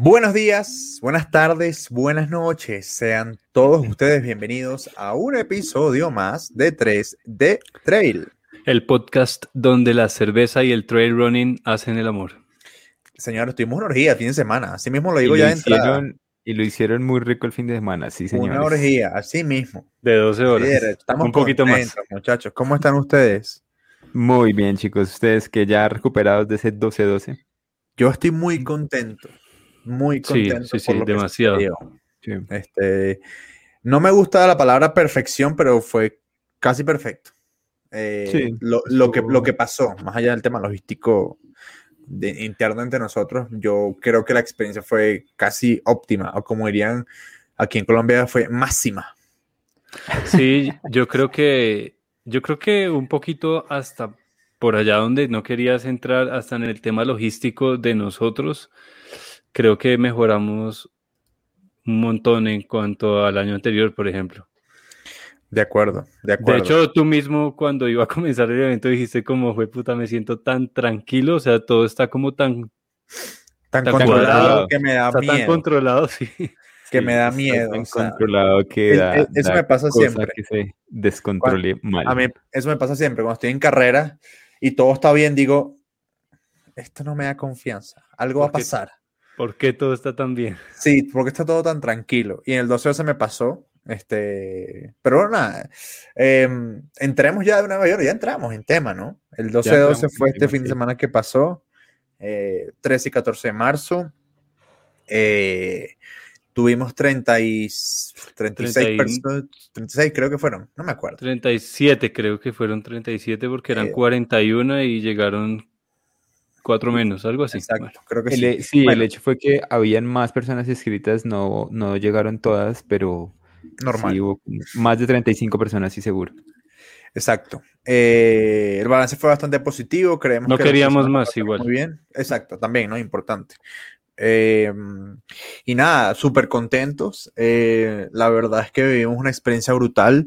Buenos días, buenas tardes, buenas noches. Sean todos ustedes bienvenidos a un episodio más de 3D Trail. El podcast donde la cerveza y el trail running hacen el amor. Señores, tuvimos una orgía el fin de semana. Así mismo lo digo ya de entrada. Y lo hicieron muy rico el fin de semana, sí, señores. Una orgía, así mismo. De 12 horas. Sí, estamos un poquito más. Muchachos. ¿Cómo están ustedes? Muy bien, chicos. Ustedes que ya recuperados de ese 12-12. Yo estoy muy contento. Muy contento Sí, por lo demasiado. que sucedió. No me gusta la palabra perfección, pero fue casi perfecto. Lo que pasó, más allá del tema logístico interno entre nosotros, yo creo que la experiencia fue casi óptima, o como dirían aquí en Colombia, fue máxima. Sí, yo creo que un poquito hasta por allá donde no querías entrar, hasta en el tema logístico de nosotros, creo que mejoramos un montón en cuanto al año anterior, por ejemplo. De acuerdo. De hecho, tú mismo cuando iba a comenzar el evento dijiste como, fue puta, me siento tan tranquilo, o sea, todo está como tan controlado que me da miedo. Tan controlado, sí. Que me da miedo. Tan controlado que eso me pasa siempre. Que se descontrole mal. A mí eso me pasa siempre. Cuando estoy en carrera y todo está bien, digo, esto no me da confianza. Algo va a pasar. ¿Por qué todo está tan bien? Sí, porque está todo tan tranquilo. Y en el 12 se me pasó. Pero bueno, nada. Entremos ya de una vez. Ya entramos en tema, ¿no? El 12-12 fue este fin de semana que pasó. 13 y 14 de marzo. Tuvimos 36 personas. 36 creo que fueron. No me acuerdo. 37 creo que fueron 37 porque eran 41 y llegaron 4 menos, algo así. Exacto, bueno. Creo que sí. El hecho fue que habían más personas inscritas, no llegaron todas, pero normal. Sí, hubo más de 35 personas, sí, seguro. Exacto. El balance fue bastante positivo, creemos no que queríamos más igual. Muy bien, exacto, también, ¿no? Importante. Y nada, súper contentos. La verdad es que vivimos una experiencia brutal.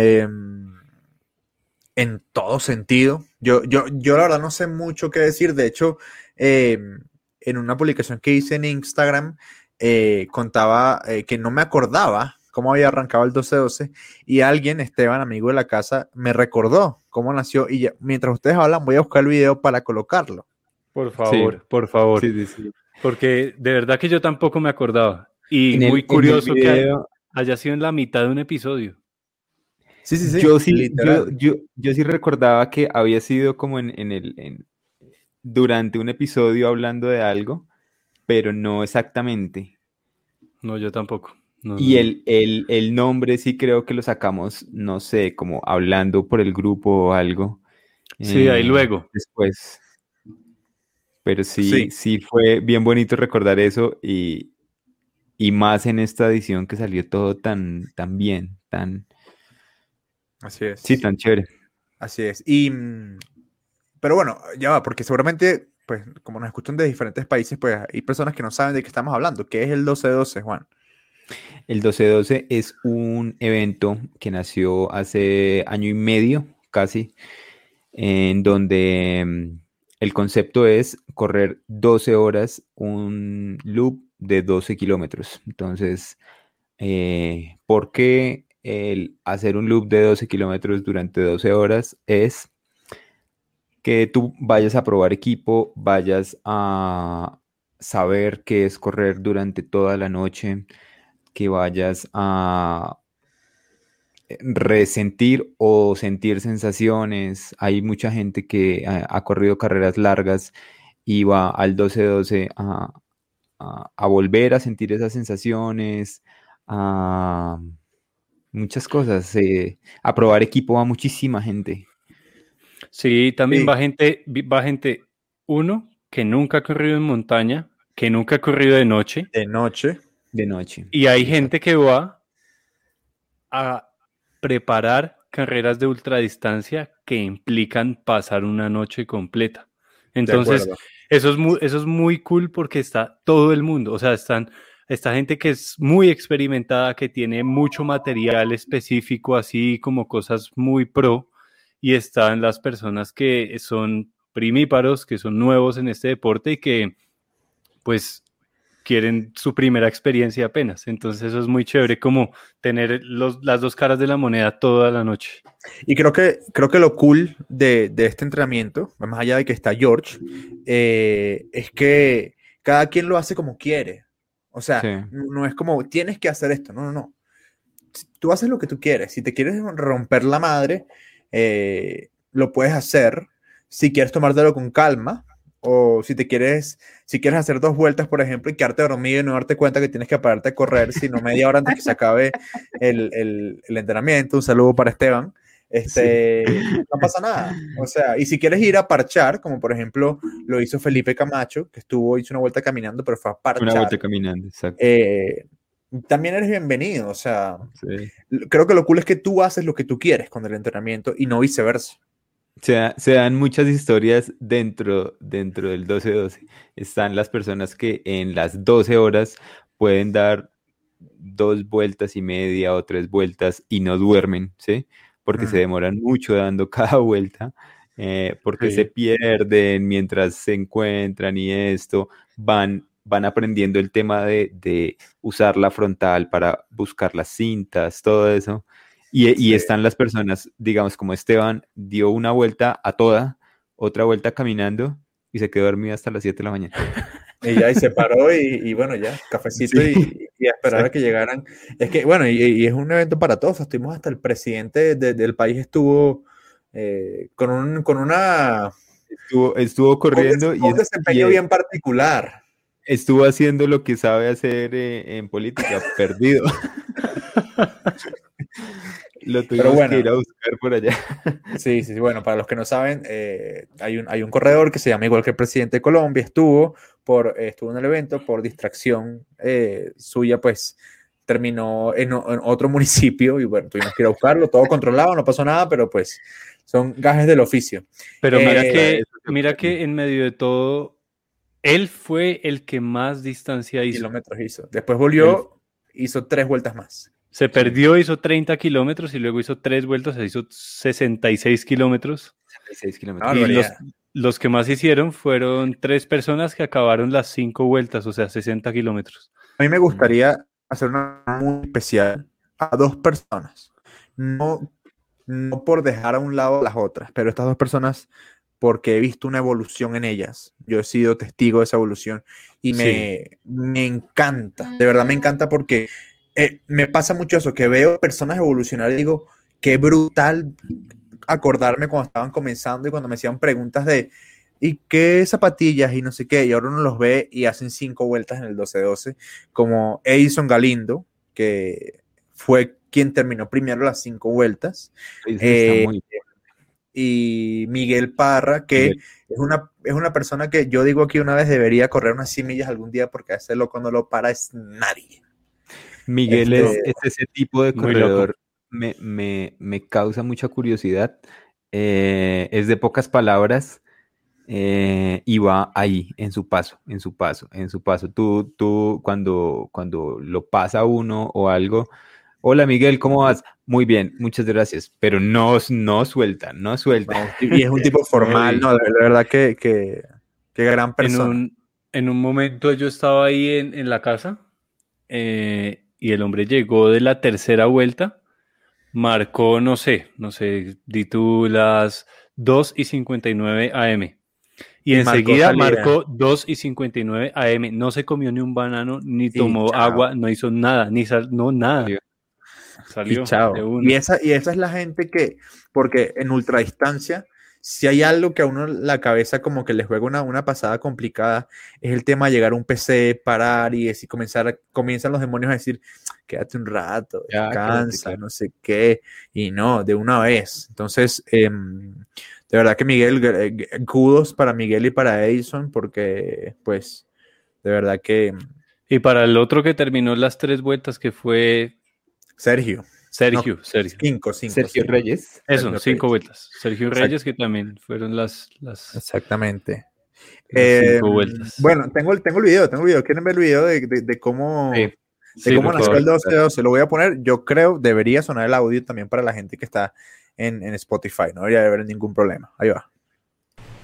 En todo sentido. Yo la verdad no sé mucho qué decir. De hecho, en una publicación que hice en Instagram, contaba que no me acordaba cómo había arrancado el 12-12 y alguien, Esteban, amigo de la casa, me recordó cómo nació y ya, mientras ustedes hablan voy a buscar el video para colocarlo. Por favor, sí. Por favor. Sí. Porque de verdad que yo tampoco me acordaba. Y muy curioso video... que haya sido en la mitad de un episodio. Sí. Yo sí recordaba que había sido como durante un episodio hablando de algo, pero no exactamente. No, yo tampoco. No. El nombre sí creo que lo sacamos, no sé, como hablando por el grupo o algo. Sí, ahí luego. Después. Pero sí fue bien bonito recordar eso y más en esta edición que salió todo tan bien, tan... Así es. Sí, tan chévere. Así es. Pero bueno, ya va, porque seguramente, pues, como nos escuchan de diferentes países, pues hay personas que no saben de qué estamos hablando. ¿Qué es el 12-12, Juan? El 12-12 es un evento que nació hace año y medio, casi, en donde el concepto es correr 12 horas un loop de 12 kilómetros. Entonces, ¿por qué el hacer un loop de 12 kilómetros durante 12 horas? Es que tú vayas a probar equipo, vayas a saber qué es correr durante toda la noche, que vayas a resentir o sentir sensaciones. Hay mucha gente que ha corrido carreras largas y va al 12-12 a volver a sentir esas sensaciones, a muchas cosas. A probar equipo va muchísima gente. Sí, también va gente, uno, que nunca ha corrido en montaña, que nunca ha corrido de noche. De noche. Y hay gente que va a preparar carreras de ultradistancia que implican pasar una noche completa. Entonces, eso es muy cool porque está todo el mundo, o sea, está gente que es muy experimentada, que tiene mucho material específico, así como cosas muy pro, y están las personas que son primíparos, que son nuevos en este deporte y que, pues, quieren su primera experiencia apenas. Entonces eso es muy chévere, como tener las dos caras de la moneda toda la noche. Y creo que lo cool de este entrenamiento, más allá de que está George, es que cada quien lo hace como quiere. O sea, no es como, tienes que hacer esto. No. Tú haces lo que tú quieres. Si te quieres romper la madre, lo puedes hacer. Si quieres tomártelo con calma, o si quieres hacer 2 vueltas, por ejemplo, y quedarte dormido y no darte cuenta que tienes que pararte a correr, sino media hora antes que se acabe el entrenamiento. Un saludo para Esteban. No pasa nada. O sea, y si quieres ir a parchar, como por ejemplo lo hizo Felipe Camacho, que hizo una vuelta caminando, pero fue a parchar. Una vuelta caminando, exacto. También eres bienvenido. O sea, creo que lo cool es que tú haces lo que tú quieres con el entrenamiento y no viceversa. Se dan muchas historias dentro del 12-12. Están las personas que en las 12 horas pueden dar 2 vueltas y media o 3 vueltas y no duermen, ¿sí? Porque se demoran mucho dando cada vuelta, porque se pierden mientras se encuentran y esto, van aprendiendo el tema de usar la frontal para buscar las cintas, todo eso. Y están las personas, digamos, como Esteban, dio una vuelta a toda, otra vuelta caminando y se quedó dormido hasta las 7 de la mañana. Y se paró y bueno, ya, cafecito y a esperar a que llegaran. Es que, bueno, y es un evento para todos. Estuvimos hasta el presidente del país estuvo con una... Estuvo corriendo un desempeño bien particular. Estuvo haciendo lo que sabe hacer en política, perdido. Lo tuvimos que ir a buscar por allá. Sí, bueno, para los que no saben, hay un corredor que se llama igual que el presidente de Colombia, estuvo en el evento, por distracción suya, pues terminó en otro municipio y bueno, tuvimos que ir a buscarlo, todo controlado, no pasó nada, pero pues son gajes del oficio. Pero mira que en medio de todo, él fue el que más distancia hizo. Kilómetros hizo. Después volvió, hizo 3 vueltas más. Se perdió, hizo 30 kilómetros y luego hizo 3 vueltas, hizo 66 kilómetros. 66 kilómetros. Y los que más hicieron fueron 3 personas que acabaron las 5 vueltas, o sea, 60 kilómetros. A mí me gustaría hacer una muy especial a 2 personas. No por dejar a un lado las otras, pero estas 2 personas, porque he visto una evolución en ellas. Yo he sido testigo de esa evolución y me encanta. De verdad me encanta porque me pasa mucho eso, que veo personas evolucionar y digo, qué brutal acordarme cuando estaban comenzando y cuando me hacían preguntas de ¿y qué zapatillas? Y no sé qué, y ahora uno los ve y hacen 5 vueltas en el 12-12, como Edison Galindo, que fue quien terminó primero las 5 vueltas, y Miguel Parra, que es una persona que yo digo aquí una vez debería correr unas 100 millas algún día, porque a ese loco no lo para es nadie. Miguel es ese tipo de corredor, me causa mucha curiosidad, es de pocas palabras y va ahí, en su paso. Tú cuando lo pasa uno o algo, hola Miguel, ¿cómo vas? Muy bien, muchas gracias, pero no suelta. No, y es un tipo formal, no, de verdad que gran persona. En un momento yo estaba ahí en la casa, y el hombre llegó de la tercera vuelta, marcó, no sé, di tú las 2:59 AM. Y enseguida marcó 2:59 AM. No se comió ni un banano, ni tomó agua, no hizo nada, nada. Salió. Y chao. Y esa es la gente porque en ultradistancia, si hay algo que a uno la cabeza como que le juega una pasada complicada, es el tema de llegar a un PC, parar y decir, comienzan los demonios a decir, quédate un rato, descansa, no sé qué, y no, de una vez. Entonces, de verdad que Miguel, kudos para Miguel y para Edison, porque pues, de verdad que... Y para el otro que terminó las 3 vueltas, que fue... Sergio. 5 Sergio Reyes. Eso, 5 vueltas. Sergio Reyes, que también fueron las exactamente. 5 vueltas. Bueno, tengo el video. ¿Quieren ver el video de cómo, cómo nació el 12-12? Lo voy a poner. Yo creo debería sonar el audio también para la gente que está en Spotify. No debería haber ningún problema. Ahí va.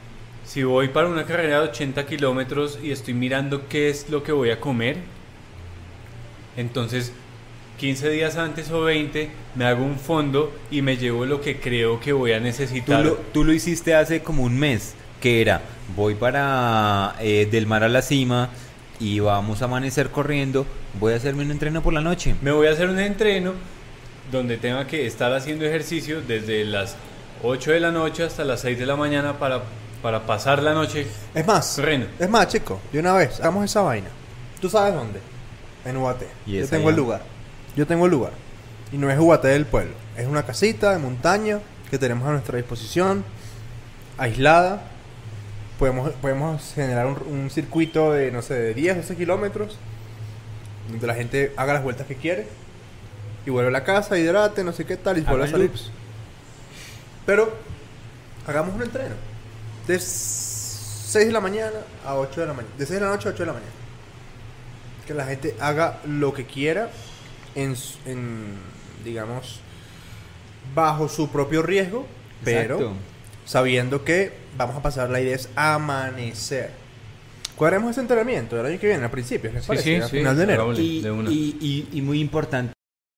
si voy para una carrera de 80 kilómetros y estoy mirando qué es lo que voy a comer, entonces 15 días antes o 20 me hago un fondo y me llevo lo que creo que voy a necesitar. Tú lo hiciste hace como un mes, que era, voy para del mar a la cima y vamos a amanecer corriendo, voy a hacerme un entreno por la noche. Me voy a hacer un entreno donde tenga que estar haciendo ejercicio desde las 8 de la noche hasta las 6 de la mañana para pasar la noche corriendo. Es más, chico, de una vez, hagamos esa vaina. ¿Tú sabes dónde? En Ubaté. Yo tengo el lugar. Y no es Ubaté del pueblo. Es una casita de montaña que tenemos a nuestra disposición, aislada. Podemos generar un circuito de, no sé, de 10, 12 kilómetros, donde la gente haga las vueltas que quiere y vuelve a la casa, hidrate, no sé qué tal, y vuelve a salir. Pero hagamos un entreno de 6 de la mañana a 8 de la mañana, de 6 de la noche a 8 de la mañana. Que la gente haga lo que quiera en digamos, bajo su propio riesgo, pero Exacto. sabiendo que vamos a pasar, la idea es amanecer. Cuadremos ese entrenamiento el año que viene, a principios, ¿les parece? A final de enero. Y muy importante.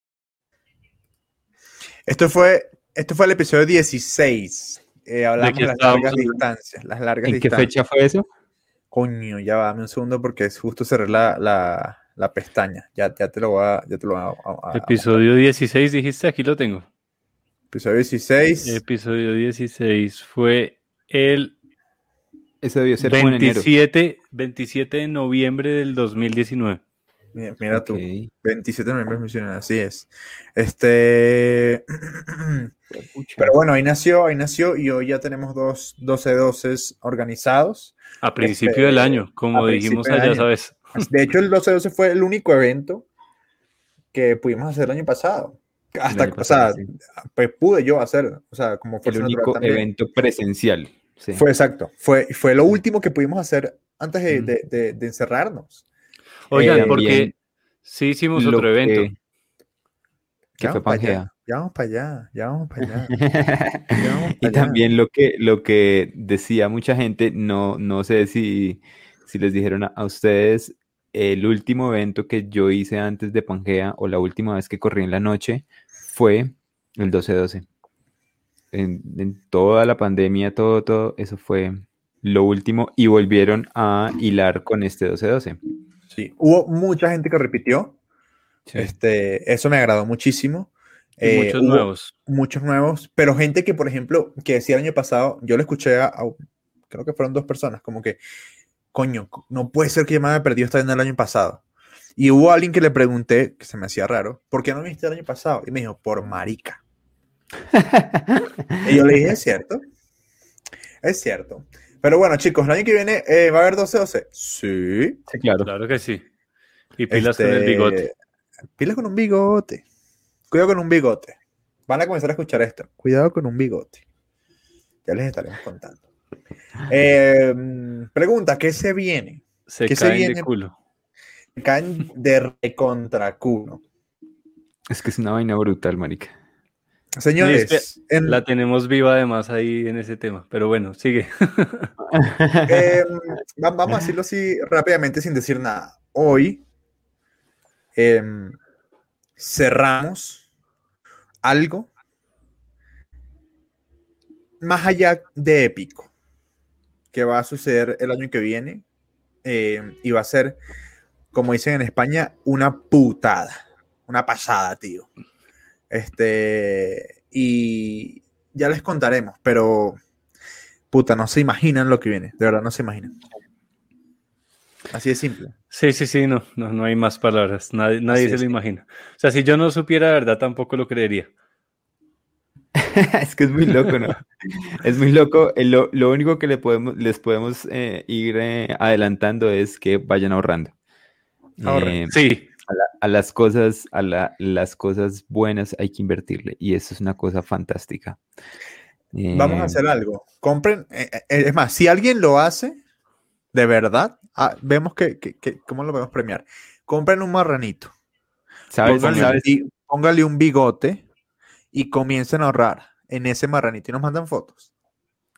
Esto fue el episodio 16. Hablamos de las largas distancias. ¿En qué fecha fue eso? Coño, ya va, dame un segundo porque es justo cerré la pestaña. Ya te lo voy a Episodio 16 dijiste, aquí lo tengo. Episodio 16. Episodio 16 fue el Eso debió ser 27 de noviembre del 2019. Mira tú, 27 de noviembre mencioné, así es. Pero bueno, ahí nació y hoy ya tenemos dos 12-12 organizados. A principio del año, como dijimos allá, ¿sabes? De hecho, el 12-12 fue el único evento que pudimos hacer el año pasado. Pues pude yo hacer, como fue el único evento presencial. Sí. Fue exacto, fue lo último que pudimos hacer antes de encerrarnos. Oigan, porque sí hicimos otro evento. Que fue Pangea. Ya vamos para allá. Y también lo que decía mucha gente, no sé si les dijeron a ustedes, el último evento que yo hice antes de Pangea, o la última vez que corrí en la noche, fue el 12-12. En toda la pandemia, todo eso fue lo último, y volvieron a hilar con este 12-12. Sí, hubo mucha gente que repitió. Sí. Eso me agradó muchísimo. Muchos nuevos, pero gente que, por ejemplo, que decía el año pasado, yo lo escuché creo que fueron 2 personas, como que, coño, no puede ser que yo me haya perdido esta vez el año pasado. Y hubo alguien que le pregunté, que se me hacía raro, ¿por qué no viste el año pasado? Y me dijo, por marica. Y yo le dije, es cierto. Pero bueno, chicos, el año que viene va a haber 12-12. Sí, claro. Claro que sí. Y pilas con el bigote. Pilas con un bigote. Cuidado con un bigote. Van a comenzar a escuchar esto. Cuidado con un bigote. Ya les estaremos contando. Pregunta, ¿qué se viene? ¿Qué se viene? De culo. Se caen de recontra culo. Es que es una vaina brutal, marica. Señores, la tenemos viva además ahí en ese tema, pero bueno, sigue. Vamos a decirlo así rápidamente sin decir nada. Hoy cerramos algo más allá de épico que va a suceder el año que viene, y va a ser, como dicen en España, una putada, una pasada, tío. Y ya les contaremos, pero puta, no se imaginan lo que viene, de verdad no se imaginan. Así de simple. Sí, no hay más palabras, nadie se lo imagina. O sea, si yo no supiera la verdad, tampoco lo creería. Es que es muy loco, ¿no? Es muy loco. Lo único que les podemos ir adelantando es que vayan ahorrando. Sí. A las cosas buenas hay que invertirle, y eso es una cosa fantástica. Vamos a hacer algo. Compren, es más, si alguien lo hace de verdad, vemos cómo lo podemos premiar. Compren un marranito. Póngale un bigote y comiencen a ahorrar en ese marranito y nos mandan fotos.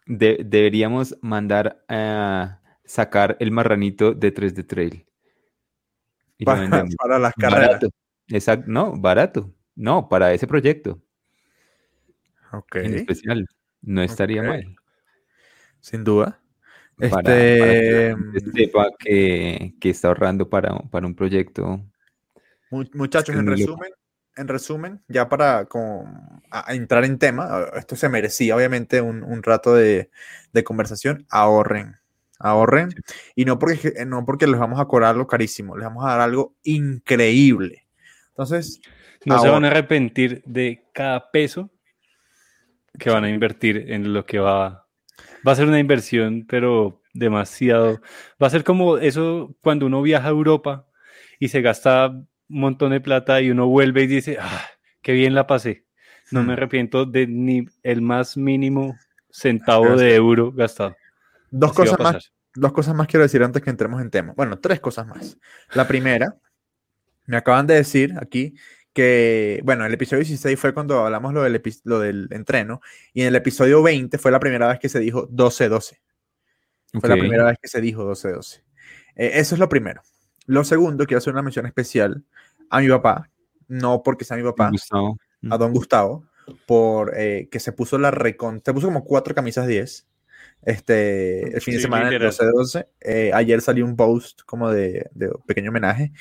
deberíamos mandar a sacar el marranito de 3D Trail. Y lo vendemos. Para las carreras. Barato. Exacto. No, barato. No, para ese proyecto. Ok. En especial. No estaría mal. Sin duda. Para que la gente sepa que está ahorrando para un proyecto. Muchachos, en resumen, ya para a entrar en tema, esto se merecía obviamente un rato de conversación. Ahorren, y no porque les vamos a cobrar algo carísimo, les vamos a dar algo increíble. Entonces, no se van a arrepentir de cada peso que van a invertir en lo que va a ser una inversión, pero demasiado. Va a ser como eso cuando uno viaja a Europa y se gasta un montón de plata y uno vuelve y dice, qué bien la pasé. No me arrepiento de ni el más mínimo centavo de euro gastado. Dos cosas más quiero decir antes que entremos en tema. Bueno, 3 cosas más. La primera, me acaban de decir aquí que, bueno, el episodio 16 fue cuando hablamos lo del entreno, y en el episodio 20 fue la primera vez que se dijo 12-12. Fue la primera vez que se dijo 12-12. Eso es lo primero. Lo segundo, quiero hacer una mención especial a mi papá, no porque sea mi papá, a don Gustavo, por que se puso se puso como 4 camisas 10. El fin de semana del 12-12. Ayer salió un post como de pequeño homenaje.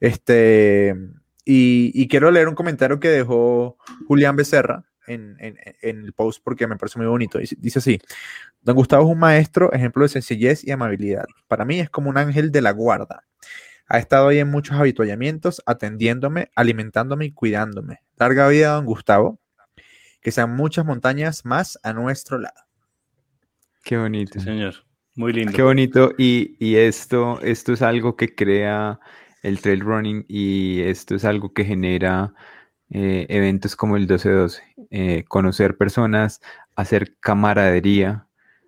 Y quiero leer un comentario que dejó Julián Becerra en el post porque me parece muy bonito. Dice así: don Gustavo es un maestro, ejemplo de sencillez y amabilidad. Para mí es como un ángel de la guarda. Ha estado ahí en muchos habituallamientos, atendiéndome, alimentándome y cuidándome. Larga vida, don Gustavo. Que sean muchas montañas más a nuestro lado. Qué bonito. Sí, señor. Muy lindo. Qué bonito. Y esto es algo que crea el trail running, y esto es algo que genera eventos como el 12-12. Conocer personas, hacer camaradería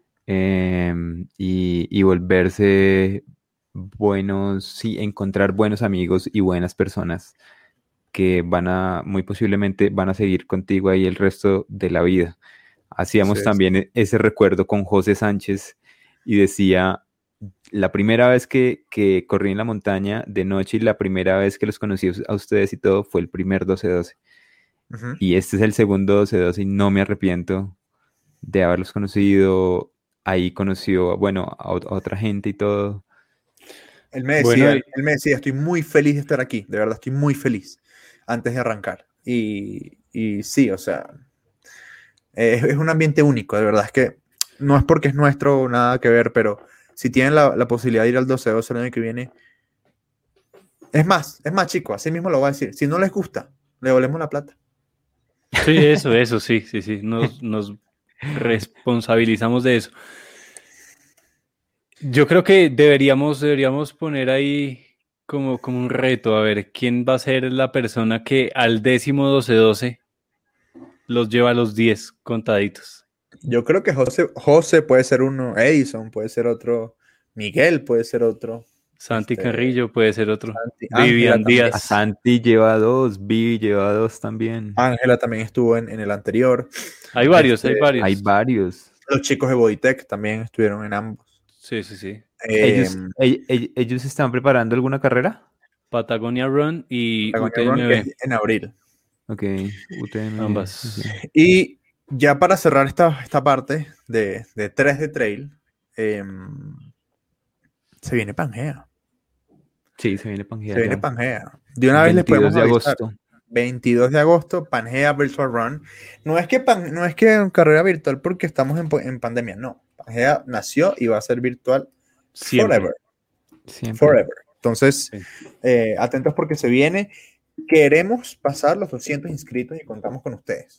y volverse buenos, sí, encontrar buenos amigos y buenas personas que muy posiblemente van a seguir contigo ahí el resto de la vida. Hacíamos también ese recuerdo con José Sánchez y decía, la primera vez que corrí en la montaña de noche y la primera vez que los conocí a ustedes y todo fue el primer 12-12. Uh-huh. Y este es el segundo 12-12 y no me arrepiento de haberlos conocido. Ahí conoció, bueno, a otra gente y todo. Él me decía, estoy muy feliz de estar aquí, de verdad estoy muy feliz antes de arrancar. Y sí, o sea, es un ambiente único, de verdad. Es que no es porque es nuestro, nada que ver, pero si tienen la posibilidad de ir al 12-12 el año que viene, es más, chico, así mismo lo voy a decir. Si no les gusta, le devolvemos la plata. Sí, eso, sí. Nos responsabilizamos de eso. Yo creo que deberíamos poner ahí como un reto, a ver, ¿quién va a ser la persona que al 10º 12-12 los lleva a los 10 contaditos? Yo creo que José puede ser uno, Edison puede ser otro, Miguel puede ser otro. Santi Carrillo puede ser otro. Vivian Díaz. A Santi lleva 2, Vivi lleva 2 también. Ángela también estuvo en el anterior. Hay varios. Hay varios. Los chicos de Bodytech también estuvieron en ambos. Sí. ¿Ellos están preparando alguna carrera? Patagonia Run y Patagonia UTMB. Run, que es en abril. Ok, UTMB. Ambas. Okay. Y ya para cerrar esta parte de 3D Trail, se viene Pangea. Sí, se viene Pangea. Se viene Pangea. De una vez les podemos avisar. 22 de agosto, Pangea Virtual Run. No es que carrera virtual porque estamos en pandemia, no. Pangea nació y va a ser virtual siempre. Forever. Entonces, atentos porque se viene. Queremos pasar los 200 inscritos y contamos con ustedes.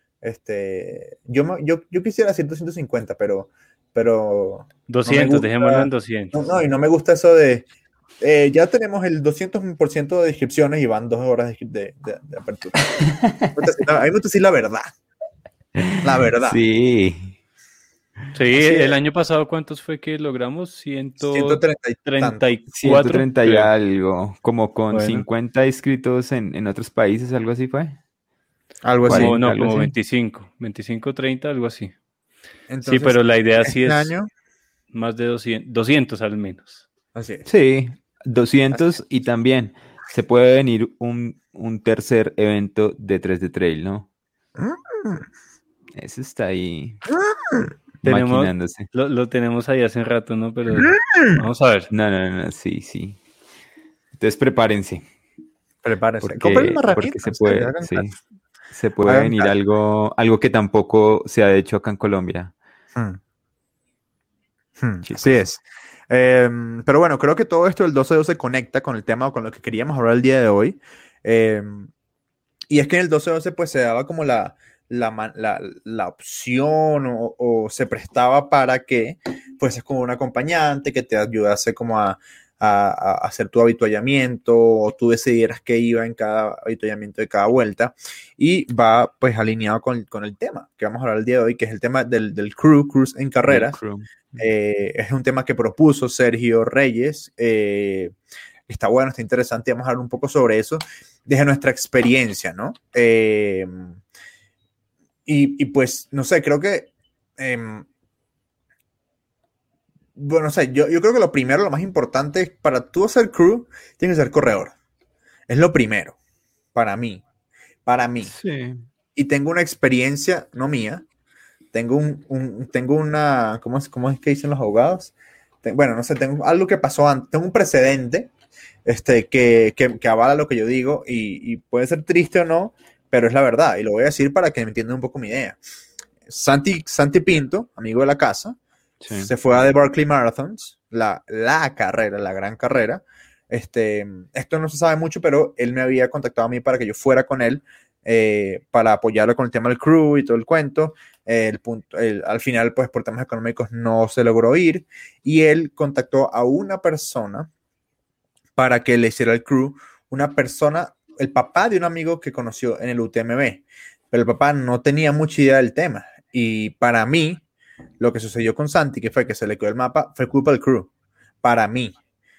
Yo quisiera decir 250, pero 200, dejémoslo en 200. No, y no me gusta eso de ya tenemos el 200% de inscripciones y van 2 horas de apertura. A mí me gusta decir la verdad. La verdad. Sí. Sí, el año pasado, ¿cuántos fue que logramos? 134. 130 y algo. Como con 50 inscritos en otros países, algo así fue. Algo así. Como 25, 30, algo así. Entonces, sí, pero la idea sí este es año, más de 200 al menos. así es. Sí, Así 200 y también se puede venir un tercer evento de 3D Trail, ¿no? es. Eso está ahí Tenemos, maquinándose. lo tenemos ahí hace un rato, ¿no? Pero vamos a ver. No, sí, sí. Entonces prepárense, Prepárese. Compren una porque ramita, se en serio, puede, hagan sí, caso. se puede Hagan venir caso. algo que tampoco se ha hecho acá en Colombia, Hmm, así chicos. es. Pero bueno, creo que todo esto del 12-12 conecta con el tema o con lo que queríamos hablar el día de hoy. Y es que en el 12-12 pues se daba como la opción o se prestaba para que fueses como un acompañante que te ayudase como a hacer tu avituallamiento o tú decidieras qué iba en cada avituallamiento de cada vuelta y va pues alineado con el tema que vamos a hablar el día de hoy, que es el tema del cruise en Del carreras. crew. Es un tema que propuso Sergio Reyes. Está bueno, está interesante. Vamos a hablar un poco sobre eso desde nuestra experiencia, ¿no? Y pues, no sé, creo que, bueno, no sé, yo creo que lo primero, lo más importante es para tú hacer crew, tienes que ser corredor. Es lo primero, para mí, para mí. Sí. Y tengo una experiencia, no mía, tengo una, ¿cómo es que dicen los abogados? Bueno, no sé, tengo algo que pasó antes, tengo un precedente que avala lo que yo digo y puede ser triste o no, pero es la verdad y lo voy a decir para que me entiendan un poco mi idea. Santi Pinto, amigo de la casa, Sí. se fue a The Berkeley Marathons, la carrera, la gran carrera. Esto no se sabe mucho, pero él me había contactado a mí para que yo fuera con él para apoyarlo con el tema del crew y todo el cuento. Al final, pues por temas económicos no se logró ir y él contactó a una persona para que le hiciera el crew, una persona, el papá de un amigo que conoció en el UTMB, pero el papá no tenía mucha idea del tema y para mí, lo que sucedió con Santi, que fue que se le quedó el mapa, fue culpa del crew, para mí.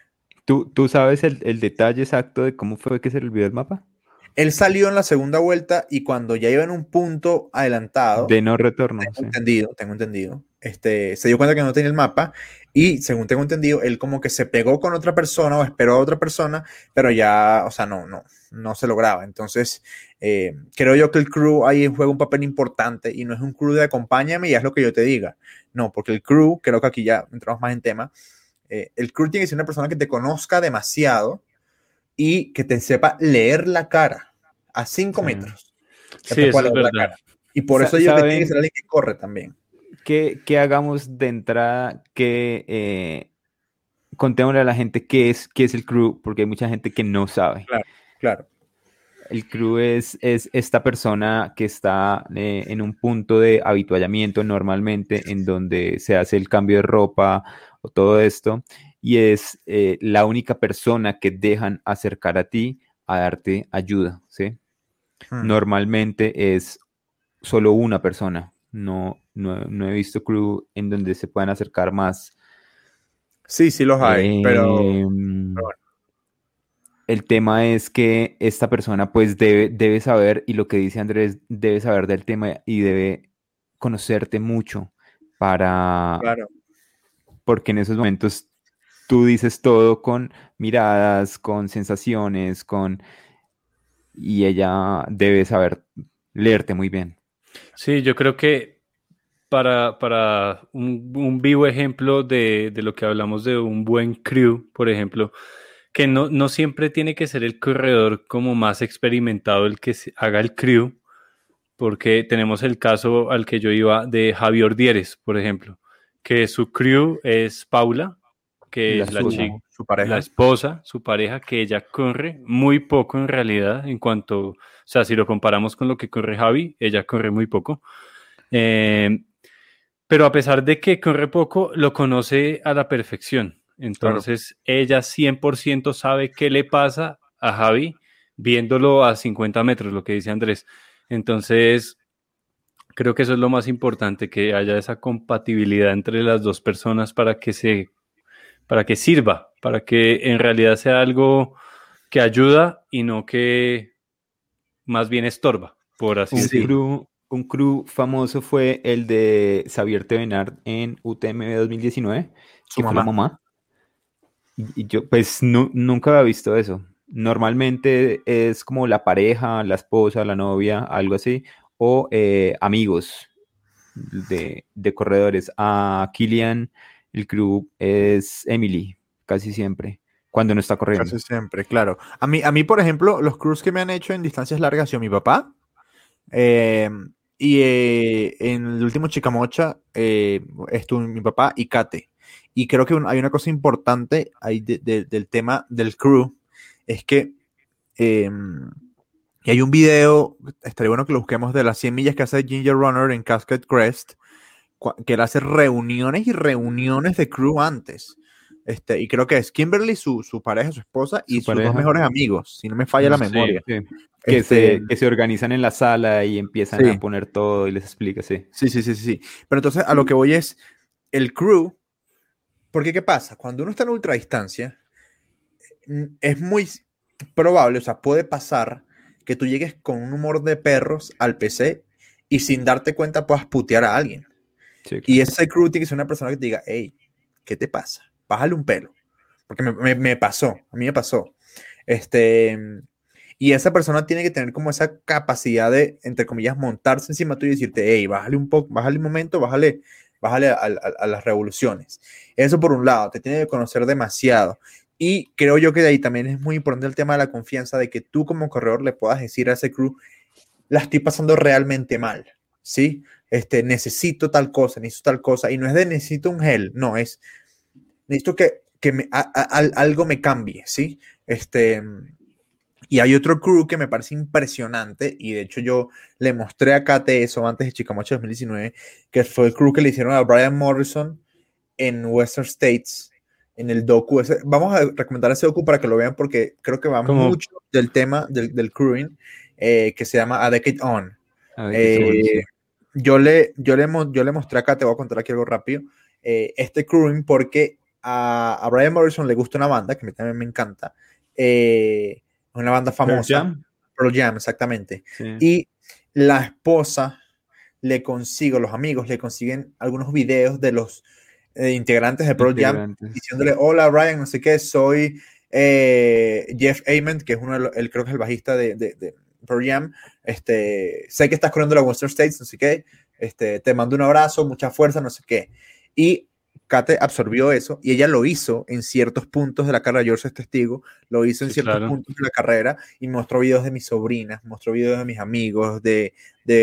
¿Tú sabes el detalle exacto de cómo fue que se le olvidó el mapa? Él salió en la segunda vuelta y cuando ya iba en un punto adelantado, De no retorno, sí. tengo entendido, se dio cuenta que no tenía el mapa y según tengo entendido, él como que se pegó con otra persona o esperó a otra persona, pero ya, o sea, no se lograba. Entonces, creo yo que el crew ahí juega un papel importante y no es un crew de acompáñame y haz lo que yo te diga. No, porque el crew, creo que aquí ya entramos más en tema, el crew tiene que ser una persona que te conozca demasiado y que te sepa leer la cara a 5 Sí. metros. Que Sí, te eso pueda es leer la verdad. cara. Y por eso yo que tiene que ¿Saben ser alguien que corre también. qué hagamos de entrada? Que contémosle a la gente qué es el crew, porque hay mucha gente que no sabe. Claro. El crew es esta persona que está en un punto de habituallamiento normalmente en donde se hace el cambio de ropa o todo esto y es la única persona que dejan acercar a ti a darte ayuda, ¿sí? Normalmente es solo una persona. No he visto crew en donde se puedan acercar más. Sí, sí los hay, pero Em, bueno. El tema es que esta persona pues debe saber, y lo que dice Andrés, debe saber del tema y debe conocerte mucho Claro. porque en esos momentos tú dices todo con miradas, con sensaciones, y ella debe saber leerte muy bien. Sí, yo creo que para un vivo ejemplo de lo que hablamos de un buen crew, por ejemplo, que no siempre tiene que ser el corredor como más experimentado el que haga el crew, porque tenemos el caso al que yo iba de Javier Ordieres, por ejemplo, que su crew es Paula, que La es la chica, Su la pareja. esposa, su pareja, que ella corre muy poco en realidad, en cuanto, o sea, si lo comparamos con lo que corre Javi, ella corre muy poco. Pero a pesar de que corre poco, lo conoce a la perfección. Claro. Entonces, ella 100% sabe qué le pasa a Javi viéndolo a 50 metros, lo que dice Andrés. Entonces, creo que eso es lo más importante, que haya esa compatibilidad entre las dos personas para que sirva, para que en realidad sea algo que ayuda y no que más bien estorba, por así Un Sí. decirlo. crew, un crew famoso fue el de Xavier Tevenard en UTMB 2019, Su que fue la mamá. mamá. Y yo, pues, nunca había visto eso. Normalmente es como la pareja, la esposa, la novia, algo así, o amigos de corredores. A Kilian, el crew es Emily, casi siempre, cuando no está corriendo. Casi siempre, claro. A mí, por ejemplo, los crews que me han hecho en distancias largas ha sido mi papá. eh, en el último Chicamocha estuvo mi papá y Kate. Y creo que hay una cosa importante ahí del tema del crew. Es que eh, y hay un video, estaría bueno que lo busquemos, de las 100 millas que hace Ginger Runner en Cascade Crest, que él hace reuniones y reuniones de crew antes. Y creo que es Kimberly, su pareja, su esposa, y Su sus dos pareja. mejores amigos, si no me falla la Sí. memoria. Sí. Este, Que se organizan en la sala y empiezan a sí, poner todo y les explica, sí. sí. Pero entonces a lo que voy es el crew, porque ¿qué pasa? Cuando uno está en ultradistancia, es muy probable, o sea, puede pasar que tú llegues con un humor de perros al PC y sin darte cuenta puedas putear a alguien. Sí, Y claro. ese crew tiene que ser una persona que te diga, hey, ¿qué te pasa? Bájale un pelo. Porque me pasó, a mí me pasó. Y esa persona tiene que tener como esa capacidad de, entre comillas, montarse encima tuyo y decirte, hey, bájale un poco, bájale un momento, bájale a las revoluciones. Eso por un lado, te tiene que conocer demasiado. Y creo yo que de ahí también es muy importante el tema de la confianza, de que tú como corredor le puedas decir a ese crew, la estoy pasando realmente mal, ¿sí? Necesito tal cosa, y no es de necesito un gel, no, es necesito que algo me cambie, ¿sí? Y hay otro crew que me parece impresionante, y de hecho yo le mostré a Kate eso antes de Chicamocha 2019, que fue el crew que le hicieron a Brian Morrison en Western States, en el docu. Vamos a recomendar ese docu para que lo vean, porque creo que va Como, mucho del tema del crewing, que se llama A Decade On. A ver, qué on, sí. Yo le mostré acá, te voy a contar aquí algo rápido, este crewing, porque a Brian Morrison le gusta una banda que a mí también me encanta, una banda famosa, Pearl Jam. Pearl Jam, exactamente, Sí. y la esposa los amigos le consiguen algunos videos de los integrantes de Pearl Jam diciéndole, hola Brian, no sé qué, soy Jeff Ament, que es él creo que es el bajista de Pearl Jam, sé que estás corriendo la Western States, no sé qué, te mando un abrazo, mucha fuerza, no sé qué. Y Kate absorbió eso y ella lo hizo en ciertos puntos de la carrera. George es testigo, lo hizo en sí, ciertos claro. puntos de la carrera y mostró videos de mis sobrinas, mostró videos de mis amigos, de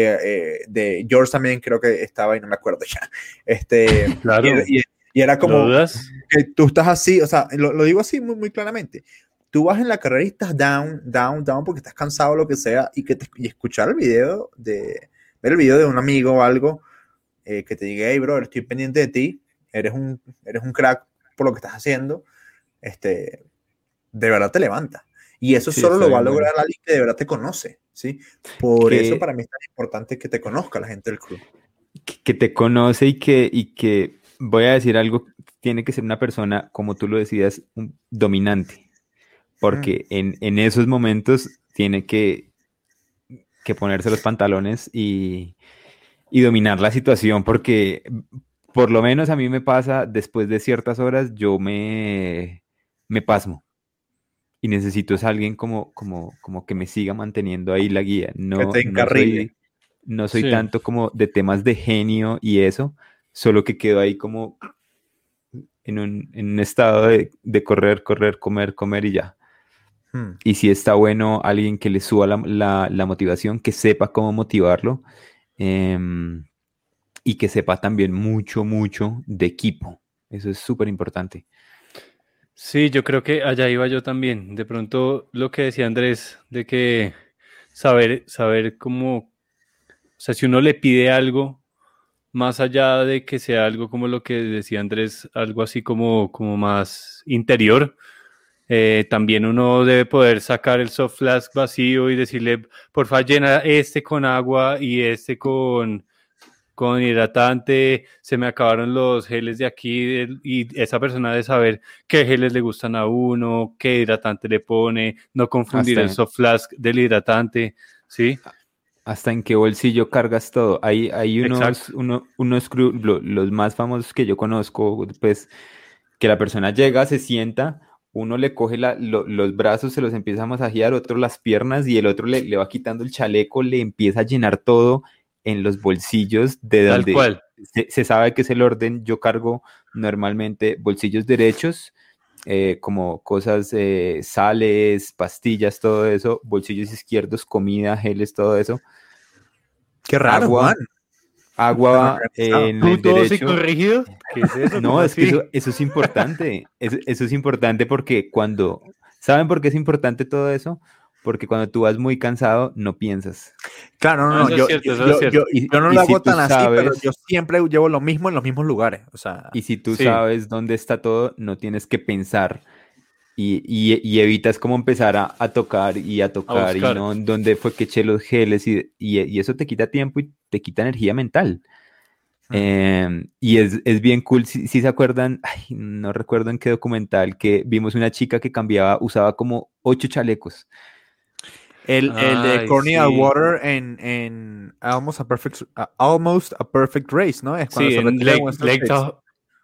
George también creo que estaba y no me acuerdo ya. Claro. Y era ¿Lo como dudas? que tú estás así, o sea, lo digo así muy, muy claramente. Tú vas en la carrera y estás down porque estás cansado o lo que sea, y escuchar el video ver el video de un amigo o algo que te diga, hey bro, estoy pendiente de ti, eres un crack por lo que estás haciendo, de verdad te levanta. Y eso Sí, solo está lo va a bien, lograr bueno. alguien que de verdad te conoce, ¿sí? Por eso Que, para mí es tan importante que te conozca la gente del crew. que te conoce y que, voy a decir algo, tiene que ser una persona, como tú lo decías, dominante. Porque en esos momentos tiene que ponerse los pantalones y dominar la situación, porque por lo menos a mí me pasa, después de ciertas horas, yo me pasmo y necesito es alguien como que me siga manteniendo ahí la guía. Que te encarrile. No soy Sí. tanto como de temas de genio y eso, solo que quedo ahí como en un estado de correr, comer y ya. Y si está bueno alguien que le suba la motivación, que sepa cómo motivarlo, y que sepa también mucho de equipo. Eso es súper importante. Sí, yo creo que allá iba yo también. De pronto lo que decía Andrés, de que saber cómo, o sea, si uno le pide algo, más allá de que sea algo como lo que decía Andrés, algo así como más interior, también uno debe poder sacar el soft flask vacío y decirle, porfa, llena este con agua y este con hidratante, se me acabaron los geles de aquí y esa persona debe saber qué geles le gustan a uno, qué hidratante le pone, no confundir el Hasta, soft flask del hidratante, ¿sí? hasta en qué bolsillo cargas todo. Hay Exacto. unos crew, los más famosos que yo conozco, pues, que la persona llega, se sienta, uno le coge los brazos, se los empieza a masajear, otro las piernas y el otro le va quitando el chaleco, le empieza a llenar todo en los bolsillos de Tal donde cual. se sabe que es el orden. Yo cargo normalmente bolsillos derechos, como cosas, sales, pastillas, todo eso, bolsillos izquierdos, comida, geles, todo eso, Qué raro, Juan. agua, Tan agua organizado. en ¿Tú el todo derecho. psicorrígido? ¿Qué es eso? ¿Cómo No, es que así? eso es importante. Eso es importante porque ¿saben por qué es importante todo eso? Porque cuando tú vas muy cansado, no piensas. Claro, no, No, no, eso es cierto, eso es cierto. yo no Y lo si hago tú tan así, pero yo sabes, siempre llevo lo mismo en los mismos lugares. O sea, y si tú Sí, sabes dónde está todo, no tienes que pensar y evitas como empezar a a tocar y buscar. no dónde fue que eché los geles y eso te quita tiempo y te quita energía mental. mm. Y es bien cool, si se acuerdan, ay, no recuerdo en qué documental, que vimos una chica que usaba como 8 chalecos. El de Ay, Corny al sí. Water en Almost a Perfect Race, ¿no? Es cuando Sí, se en retira de Lake, Western Lake States. Tahoe.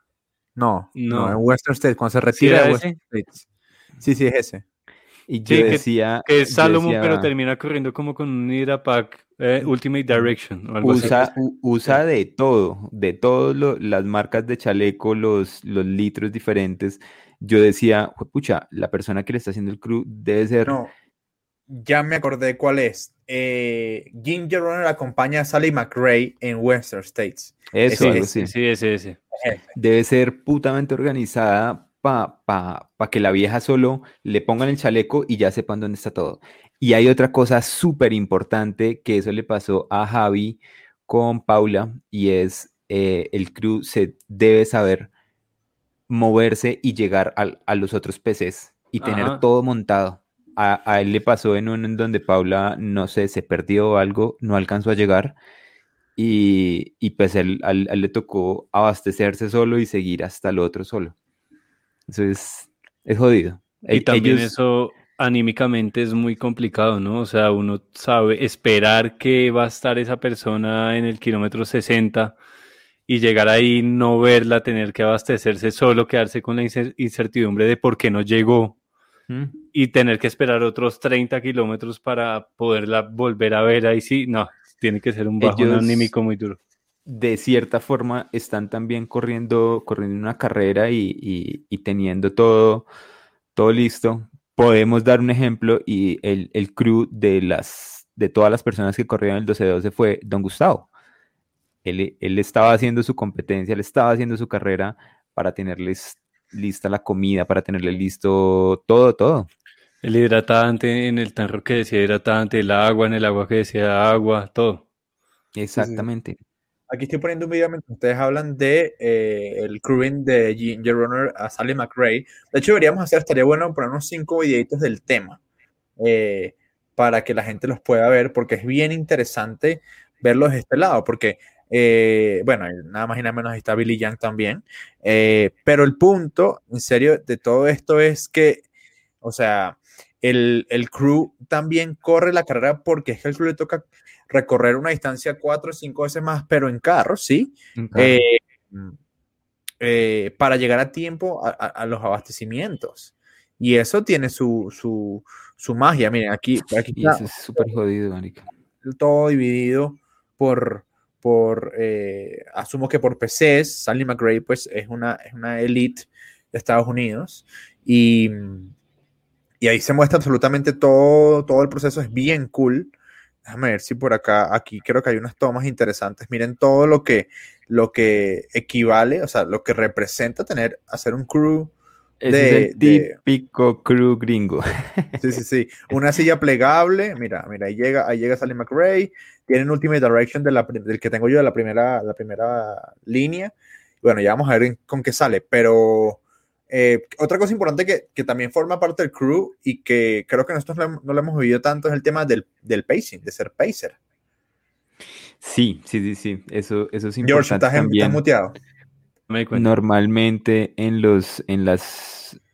No, en No. Western States, cuando se ¿Sí retira de era Western ese? States. Sí, sí, es ese. Y Sí, que es yo Salomon, pero decía, termina corriendo como con un Hydra Pack Ultimate Mm. Direction o algo así. usa de todo las marcas de chaleco, los litros diferentes. Yo decía, pucha, la persona que le está haciendo el crew debe ser No, ya me acordé cuál es. Ginger Runner acompaña a Sally McRae en Western States. eso, Ese algo es Sí, así. sí, ese. ese. Debe ser putamente organizada para que la vieja solo le pongan el chaleco y ya sepan dónde está todo. Y hay otra cosa súper importante que eso le pasó a Javi con Paula y es, el crew se debe saber moverse y llegar a los otros PCs y tener Ajá. todo montado. A él le pasó en uno en donde Paula, no sé, se perdió o algo, no alcanzó a llegar y pues a él le tocó abastecerse solo y seguir hasta el otro solo. Eso es jodido. Y también Ellos, eso anímicamente es muy complicado, ¿no? O sea, uno sabe esperar que va a estar esa persona en el kilómetro 60 y llegar ahí, no verla, tener que abastecerse solo, quedarse con la incertidumbre de por qué no llegó ¿Mm? y tener que esperar otros 30 kilómetros para poderla volver a ver ahí sí, no, tiene que ser un bajón ellos anímico muy duro. de cierta forma están también corriendo una carrera y teniendo todo listo. Podemos dar un ejemplo y el crew de todas las personas que corrieron el 12-12 fue Don Gustavo. Él estaba haciendo su competencia, él estaba haciendo su carrera para tenerles lista la comida, para tenerle listo todo. El hidratante en el tarro que decía hidratante, el agua en el agua que decía agua, todo. Sí, sí, sí. Exactamente. Aquí estoy poniendo un video mientras ustedes hablan de el crewing de Ginger Runner a Sally McRae. De hecho, estaría bueno poner unos 5 videitos del tema eh, para que la gente los pueda ver, porque es bien interesante verlos de este lado, porque, bueno, nada más y nada menos ahí está Billy Young también, pero el punto, en serio, de todo esto es que, o sea, el crew también corre la carrera porque es que al crew le toca recorrer una distancia 4 o 5 veces más, pero en carro, ¿sí? Un Eh, carro. para llegar a tiempo a los abastecimientos. Y eso tiene su magia. Miren, aquí Y eso está es súper jodido, marica. todo dividido asumo que por PCs. Sally McRae, pues, es una elite de Estados Unidos. Y ahí se muestra absolutamente todo el proceso. Es bien cool. Déjame ver si por acá, aquí creo que hay unas tomas interesantes. Miren todo lo que equivale, o sea, lo que representa hacer un crew Ese es el de típico crew gringo. sí, sí, sí. Una silla plegable. Mira, ahí llega Sally McRae. Tienen Ultimate Direction del que tengo yo de la primera línea. Bueno, ya vamos a ver con qué sale. Pero otra cosa importante que también forma parte del crew y que creo que nosotros no lo hemos vivido tanto es el tema del pacing, de ser pacer. Sí. Eso es George, importante estás también. muteado. Me di cuenta. Normalmente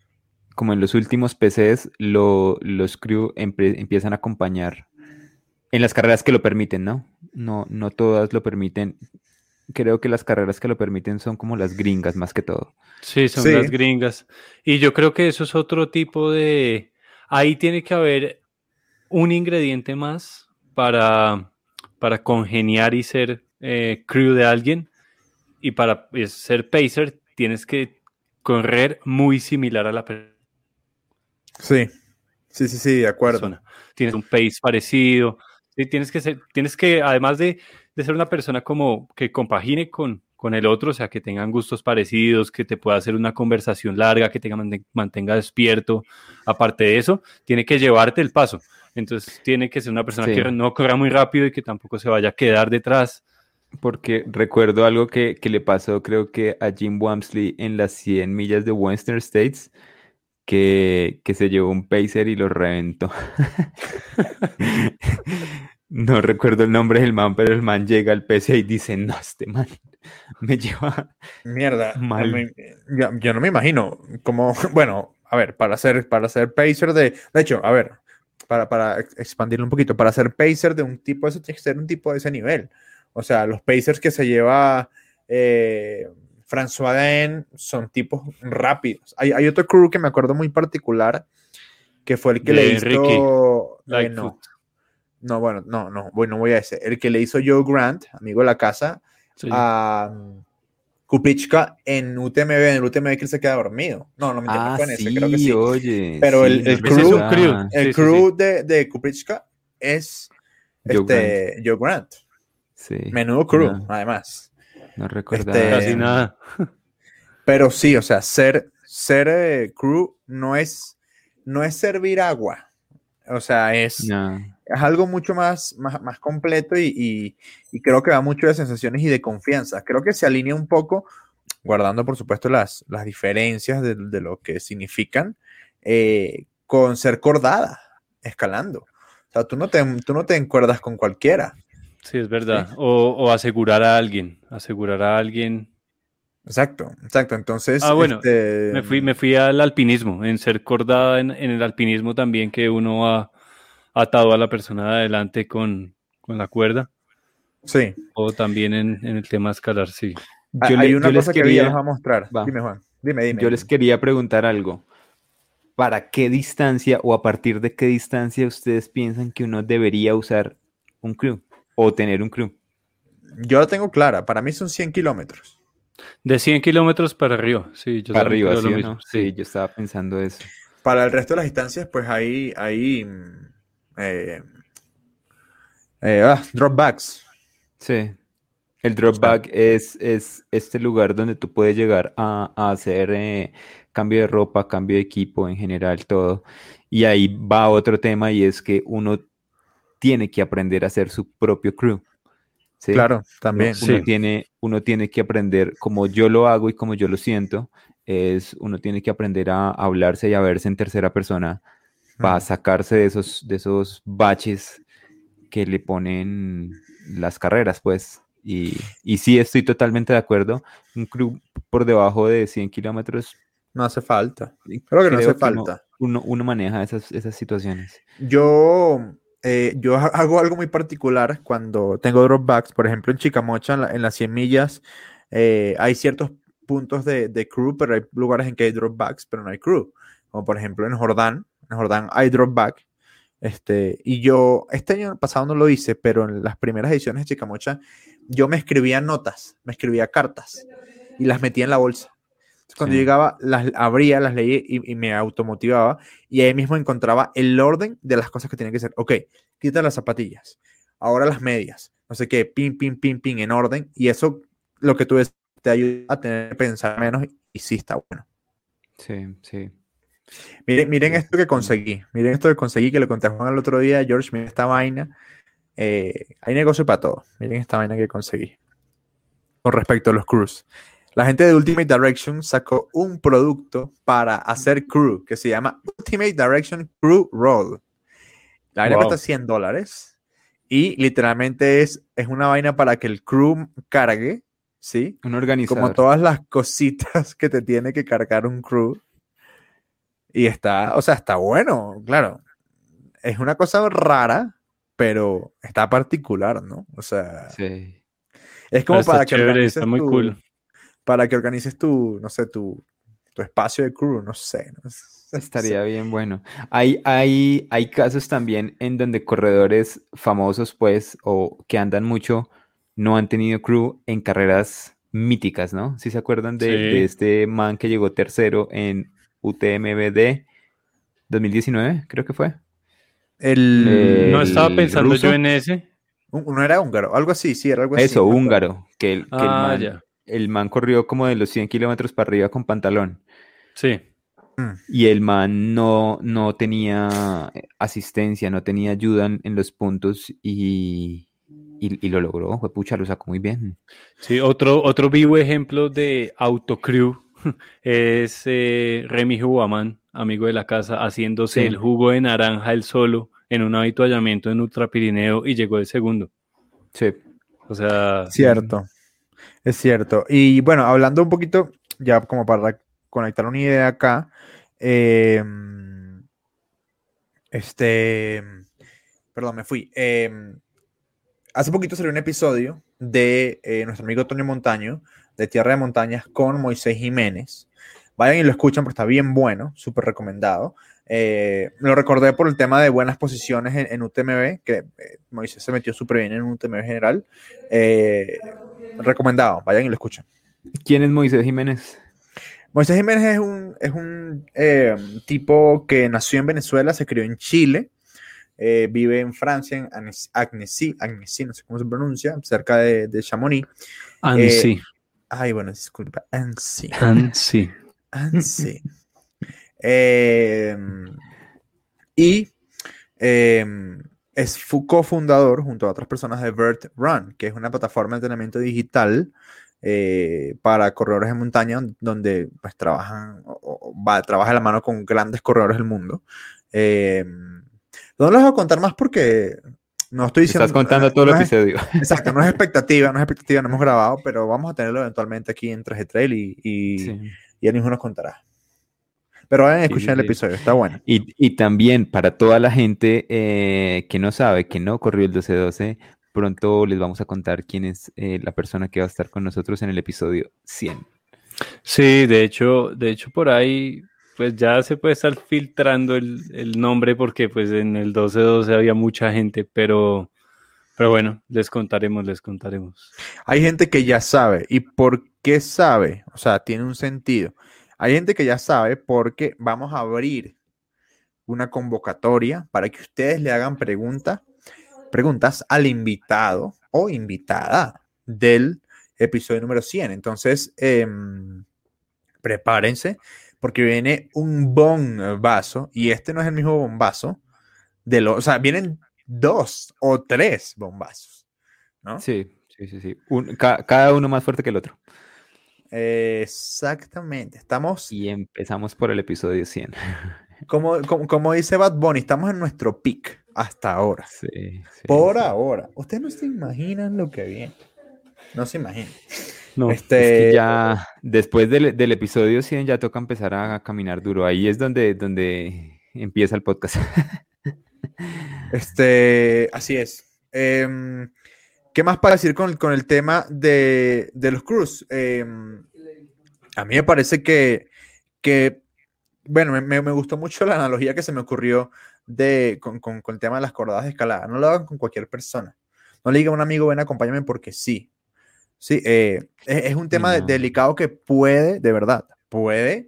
como en los últimos PCs, los crew empiezan a acompañar En las carreras que lo permiten, ¿no? No, no todas lo permiten. Creo que las carreras que lo permiten son como las gringas más que todo. Sí, son Sí. las gringas. Y yo creo que eso es otro tipo de... Ahí tiene que haber un ingrediente más para congeniar y ser crew de alguien. Y para ser pacer tienes que correr muy similar a la Sí, de acuerdo. persona. Tienes un pace parecido. Sí, tienes que, además de ser una persona como que compagine con el otro, o sea, que tengan gustos parecidos, que te pueda hacer una conversación larga, que te mantenga despierto. Aparte de eso, tiene que llevarte el paso. Entonces, tiene que ser una persona Sí. que no corra muy rápido y que tampoco se vaya a quedar detrás. Porque recuerdo algo que le pasó, creo que a Jim Wamsley en las 100 millas de Western States, que se llevó un pacer y lo reventó. No recuerdo el nombre del man, pero el man llega al PC y dice, no, este man me lleva Mierda, mal. yo no me imagino cómo, bueno, a ver, para ser pacer de hecho, a ver, para expandirlo un poquito, para ser pacer de un tipo de ese, tiene que ser un tipo de ese nivel. O sea, los pacers que se lleva François Daen son tipos rápidos. Hay otro crew que me acuerdo muy particular, que fue el que le hizo... Ricky, no, bueno, no voy a ese. El que le hizo Joe Grant, amigo de la casa, sí. a Kupichka en UTMB, en el UTMB que él se queda dormido. No me fue en ese, Sí, creo que sí. oye. Pero sí, el no crew, Ese es un crew. el crew de Kupichka es Joe Grant. Sí. Menudo crew, además. No recordaba. Casi nada. Pero sí, o sea, ser crew no es servir agua. O sea, es algo mucho más completo y creo que va mucho de sensaciones y de confianza. Creo que se alinea un poco, guardando por supuesto las diferencias de lo que significan, con ser cordada, escalando. O sea, tú no te encuerdas con cualquiera. Sí, es verdad. ¿Sí? O asegurar a alguien. Exacto. Entonces, bueno, me fui al alpinismo, en ser cordada en el alpinismo también, que uno ha atado a la persona de adelante con la cuerda. Sí. O también en el tema escalar, sí. Hay una cosa que les va a mostrar. Dime, Juan. Dime. Yo les quería preguntar algo. ¿Para qué distancia o a partir de qué distancia ustedes piensan que uno debería usar un crew o tener un crew? Yo la tengo clara. Para mí son 100 kilómetros. De 100 kilómetros para arriba, sí. Para arriba, ¿sí, lo mismo. ¿No? Sí, yo estaba pensando eso. Para el resto de las distancias, pues hay dropbacks. Sí. El dropback es este lugar donde tú puedes llegar a hacer cambio de ropa, cambio de equipo en general, todo. Y ahí va otro tema y es que uno tiene que aprender a hacer su propio crew. ¿Sí? Claro, también. Uno tiene que aprender, como yo lo hago y como yo lo siento, uno tiene que aprender a hablarse y a verse en tercera persona para sacarse de esos baches que le ponen las carreras, pues. Y sí, estoy totalmente de acuerdo. Un crew por debajo de 100 kilómetros. No hace falta. Creo que no hace falta. Uno maneja esas situaciones. Yo hago algo muy particular cuando tengo dropbacks. Por ejemplo, en Chicamocha, en las 100 millas, hay ciertos puntos de crew, pero hay lugares en que hay dropbacks, pero no hay crew. Como por ejemplo en Jordán. En Jordán hay dropback. Y yo, este año pasado no lo hice, pero en las primeras ediciones de Chicamocha, yo me escribía notas, me escribía cartas y las metía en la bolsa. Entonces, cuando llegaba, las abría, las leía y me automotivaba y ahí mismo encontraba el orden de las cosas que tenían que hacer. Ok, quita las zapatillas, ahora las medias, no sé qué, pin, en orden, y eso, lo que tú ves, te ayuda a tener que pensar menos y sí está bueno. Sí. Miren esto que conseguí. Miren esto que conseguí, que le conté a Juan el otro día. George, miren esta vaina. Hay negocio para todo. Miren esta vaina que conseguí. Con respecto a los crews. La gente de Ultimate Direction sacó un producto para hacer crew que se llama Ultimate Direction Crew Roll. La vaina cuesta $100 y literalmente es una vaina para que el crew cargue, ¿sí? Un organizador. Como todas las cositas que te tiene que cargar un crew. Y está bueno, claro. Es una cosa rara, pero está particular, ¿no? O sea, Sí. es como Está para que chévere, organices está muy cool. para que organices no sé, tu espacio de crew, no sé. No sé. Estaría bien bueno. Hay casos también en donde corredores famosos, pues, o que andan mucho, no han tenido crew en carreras míticas, ¿no? ¿Sí se acuerdan de Sí. este man que llegó tercero en UTMBD 2019, creo que fue? El, No estaba El pensando yo ruso. en ese. uno era húngaro, algo así, sí, era algo así, Eso, no me acuerdo. húngaro, que Ah, ya. el man corrió como de los 100 kilómetros para arriba con pantalón. Sí. Mm. Y el man no tenía asistencia, no tenía ayuda en los puntos y lo logró. Pucha, lo sacó muy bien. Sí, otro vivo ejemplo de autocrew es Remy Huaman, amigo de la casa, haciéndose el Sí, jugo de naranja él solo en un avituallamiento en Ultra Pirineo y llegó de segundo. sí. O sea, Cierto, es cierto. Y bueno, hablando un poquito, ya como para conectar una idea acá, eh, este, perdón, me fui. Hace poquito salió un episodio de nuestro amigo Toño Montaño, de Tierra de Montañas, con Moisés Jiménez. Vayan y lo escuchan, porque está bien bueno, súper recomendado. Lo recordé por el tema de buenas posiciones en UTMB, que Moisés se metió súper bien en UTMB general. Recomendado, vayan y lo escuchan. ¿Quién es Moisés Jiménez? Moisés Jiménez es un tipo que nació en Venezuela, se crió en Chile, vive en Francia, en Annecy, no sé cómo se pronuncia, cerca de Chamonix. Ansi. Ay, bueno, disculpa, Annecy. Ansi. Annecy. Y es cofundador, junto a otras personas, de Vert Run, que es una plataforma de entrenamiento digital para corredores de montaña, donde pues trabaja de la mano con grandes corredores del mundo. No les voy a contar más porque no estoy diciendo... Estás contando todo el episodio. Exacto, no es expectativa, no hemos grabado, pero vamos a tenerlo eventualmente aquí en 3G Trail Sí. y él mismo nos contará. Pero vayan a Sí, sí, escuchar el sí. episodio, está bueno. Y también para toda la gente que no sabe, que no corrió el 12-12, pronto les vamos a contar quién es la persona que va a estar con nosotros en el episodio 100. Sí, de hecho por ahí, pues ya se puede estar filtrando el nombre porque pues en el 12-12 había mucha gente, pero bueno, les contaremos. Hay gente que ya sabe. ¿Y por qué sabe? O sea, tiene un sentido. Hay gente que ya sabe porque vamos a abrir una convocatoria para que ustedes le hagan preguntas al invitado o invitada del episodio número 100. Entonces, prepárense porque viene un bombazo y este no es el mismo bombazo o sea, vienen 2 o 3 bombazos, ¿no? Sí. Cada uno más fuerte que el otro. Exactamente. Estamos, Y empezamos por el episodio 100. como dice Bad Bunny, estamos en nuestro peak hasta ahora. Sí. Ahora. Ustedes no se imaginan lo que viene. No se imaginan. No. Es que ya después del episodio 100 ya toca empezar a caminar duro. Ahí es donde empieza el podcast. Así es. ¿Qué más para decir con el tema de los crews? A mí me parece que bueno, me gustó mucho la analogía que se me ocurrió con el tema de las cordadas de escalada. No lo hagan con cualquier persona. No le diga a un amigo, ven, acompáñame porque sí. Sí, es un tema No. delicado que puede, de verdad, puede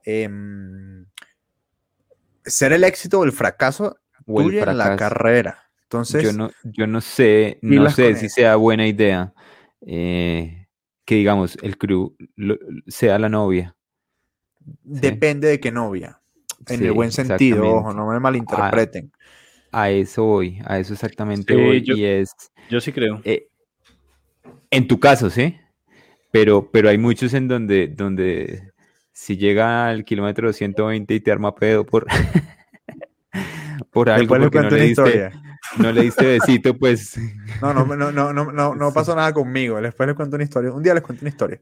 ser el éxito o el fracaso O el tuyo en la fracaso. carrera. Entonces, Yo no sé si sea buena idea que digamos el crew sea la novia. depende de qué novia. En el Sí, buen sentido, ojo, exactamente. no me A, malinterpreten. a eso voy, a eso exactamente Sí, voy. Y es, yo sí creo. en tu caso, ¿sí? Pero hay muchos en donde si llega al kilómetro 120 y te arma pedo por algo, Después les porque cuento una historia. no le diste besito, pues. No pasó nada conmigo. Después les cuento una historia. Un día les cuento una historia.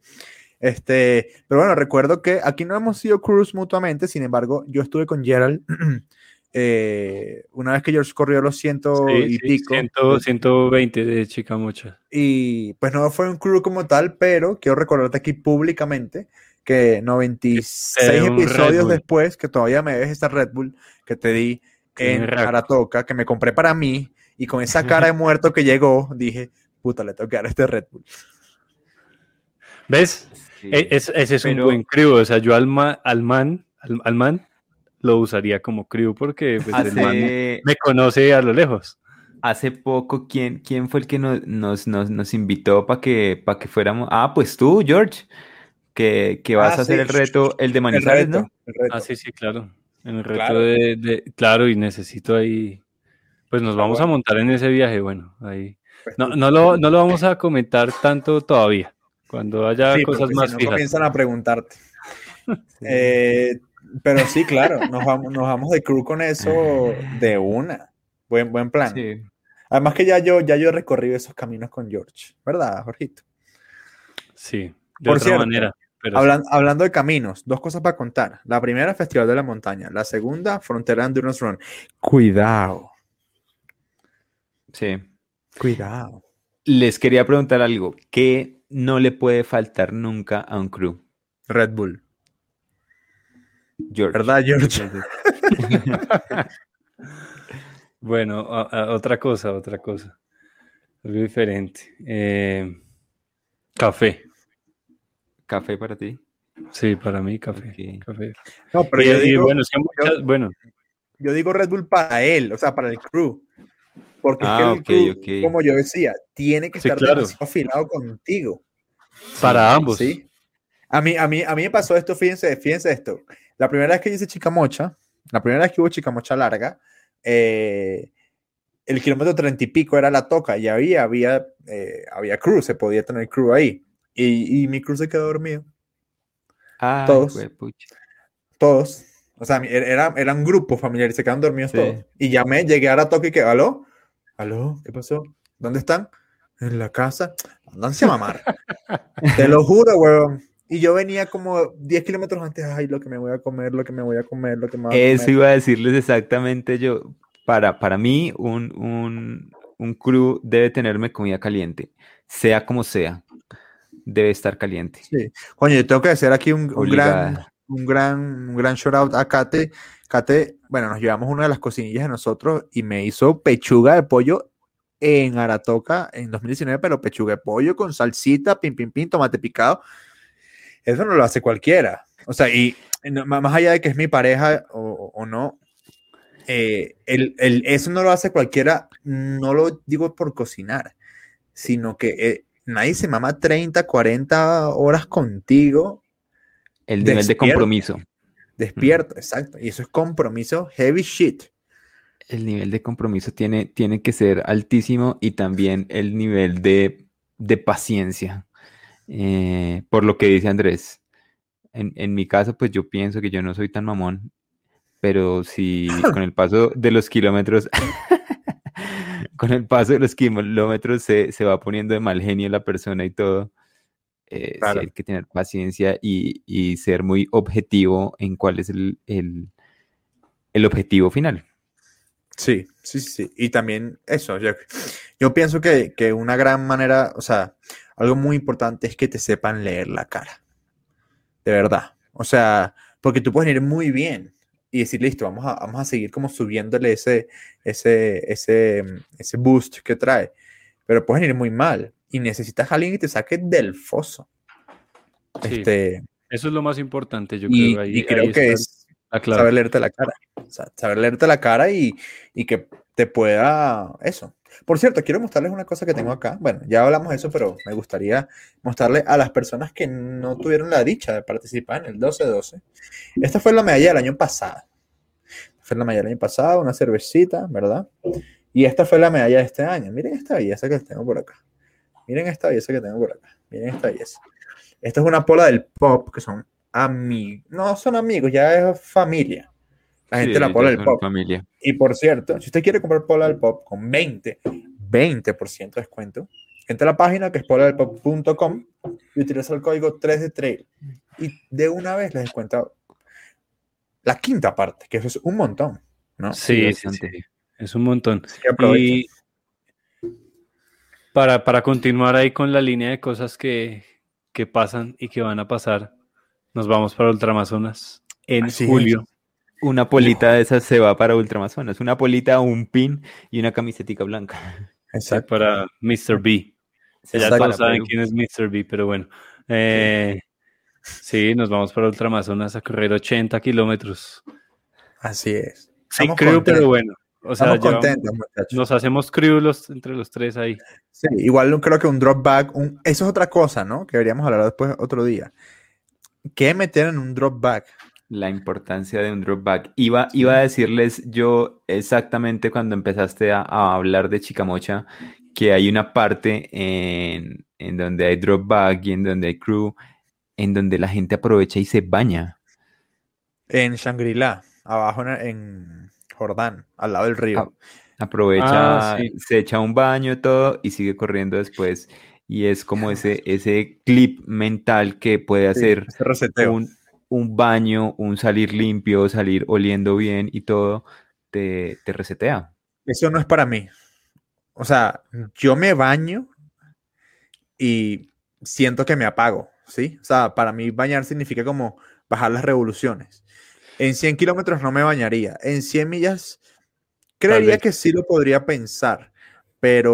Pero bueno, recuerdo que aquí no hemos sido crews mutuamente. Sin embargo, yo estuve con Gerald una vez que George corrió los 100 y pico. 120 de Chicamocha. Y pues no fue un crew como tal, pero quiero recordarte aquí públicamente que 96 episodios después, que todavía me ves esta Red Bull que te di en Aratoca, que me compré para mí, y con esa cara de muerto que llegó, dije, puta, le tengo que dar este Red Bull. ¿Ves? Sí, ese es un buen crew. O sea, yo al man lo usaría como crew porque pues, el man me conoce a lo lejos. Hace poco, ¿quién fue el que nos invitó para que fuéramos? Ah, pues tú, George, que vas a hacer el reto, el de Manizales, ¿no? El reto. Ah, sí, claro. En el reto claro, y necesito ahí, pues nos vamos a montar en ese viaje, bueno, ahí. Pues no lo vamos a comentar tanto todavía, cuando haya cosas más fijas. Comienzan a preguntarte. Pero sí, claro, nos vamos de crew con eso de una. Buen plan. Sí. Además que ya yo he recorrido esos caminos con George, ¿verdad, Jorgito? Sí, de otra manera. Pero hablando de caminos, 2 cosas para contar. La primera, Festival de la Montaña. La segunda, Frontera Endurance Run. Cuidado. Sí. Cuidado. Les quería preguntar algo. ¿Qué no le puede faltar nunca a un crew? Red Bull. George. ¿Verdad, George? Bueno, otra cosa. Algo diferente. Café. ¿Café para ti? Sí, para mí café. Café. No, pero yo digo Red Bull para él, o sea, para el crew. Porque es que el crew, como yo decía, tiene que estar demasiado afilado contigo. Para ambos. ¿Sí? A mí me pasó esto, fíjense esto. La primera vez que yo hice Chicamocha, la primera vez que hubo Chicamocha larga, el kilómetro 30 y pico era la toca y había crew, se podía tener crew ahí. Y mi crew se quedó dormido. Todos. O sea, era un grupo familiar y se quedaron dormidos todos. Y llamé, llegué a la toca y que, ¿aló? ¿Qué pasó? ¿Dónde están? En la casa. Andanse a mamar. Te lo juro, weón. Y yo venía como 10 kilómetros antes. Ay, lo que me voy a comer. Eso iba a decirles exactamente yo. Para mí, un crew debe tenerme comida caliente. Sea como sea. Debe estar caliente. Sí. Coño, yo tengo que hacer aquí un gran shout out a Kate. Kate, bueno, nos llevamos una de las cocinillas de nosotros y me hizo pechuga de pollo en Aratoca en 2019, pero pechuga de pollo con salsita, pin, tomate picado. Eso no lo hace cualquiera. O sea, y más allá de que es mi pareja o no, eso no lo hace cualquiera, no lo digo por cocinar, sino que nadie se mama 30, 40 horas contigo. El nivel de compromiso. Despierto, exacto. Y eso es compromiso heavy shit. El nivel de compromiso tiene que ser altísimo y también el nivel de paciencia. Por lo que dice Andrés. En mi caso, pues yo pienso que yo no soy tan mamón, pero si con el paso de los kilómetros... se va poniendo de mal genio la persona y todo. Claro. Sí hay que tener paciencia y ser muy objetivo en cuál es el objetivo final. Sí. Y también eso, yo pienso que una gran manera, o sea, algo muy importante es que te sepan leer la cara. De verdad. O sea, porque tú puedes ir muy bien y decir, listo, vamos a seguir como subiéndole ese boost que trae. Pero puedes ir muy mal y necesitas a alguien que te saque del foso. Sí, eso es lo más importante, yo creo. Y creo que es saber leerte la cara. O sea, saber leerte la cara y que te pueda... Eso. Por cierto, quiero mostrarles una cosa que tengo acá. Bueno, ya hablamos de eso, pero me gustaría mostrarle a las personas que no tuvieron la dicha de participar en el 12-12. Esta fue la medalla del año pasado. Una cervecita, ¿verdad? Y esta fue la medalla de este año. Miren esta belleza que tengo por acá. Miren esta belleza. Esta es una pola del pop, que son amigos. No son amigos, ya es familia. La gente la pola del pop. Familia. Y por cierto, si usted quiere comprar pola del pop con 20% de descuento, entra a la página que es poladelpop.com y utiliza el código 3DTrail. Y de una vez les descuenta la quinta parte, que eso es un montón. ¿no? Sí, Sí. es un montón. Así que aprovechen. Y para continuar ahí con la línea de cosas que pasan y que van a pasar, nos vamos para Ultramazonas en Así es. julio. Una polita de esas se va para Ultramazonas. Una polita, un pin y una camisetica blanca. Sí, Exacto. para Mr. B. Se Ya va todos para saben Perú. quién es Mr. B, pero bueno. Sí, nos vamos para Ultramazonas a correr 80 kilómetros. Así es. Sí, Estamos crew, pero contentos. bueno. O sea, Estamos contentos, muchachos. nos hacemos crew entre los tres ahí. Sí, igual no creo que un drop bag, eso es otra cosa, ¿no? Que deberíamos hablar después otro día. ¿Qué meter en un drop bag? La importancia de un drop bag. Iba a decirles yo exactamente cuando empezaste a hablar de Chicamocha que hay una parte en donde hay drop bag y en donde hay crew, en donde la gente aprovecha y se baña. En Shangri-La, abajo en Jordán, al lado del río. Aprovecha, Sí. se echa un baño, todo, y sigue corriendo después. Y es como ese clip mental que puede hacer ese reseteo. un baño, un salir limpio, salir oliendo bien y todo, te resetea. Eso no es para mí. O sea, yo me baño y siento que me apago, ¿sí? O sea, para mí bañar significa como bajar las revoluciones. En 100 kilómetros no me bañaría. En 100 millas creería que sí lo podría pensar, pero,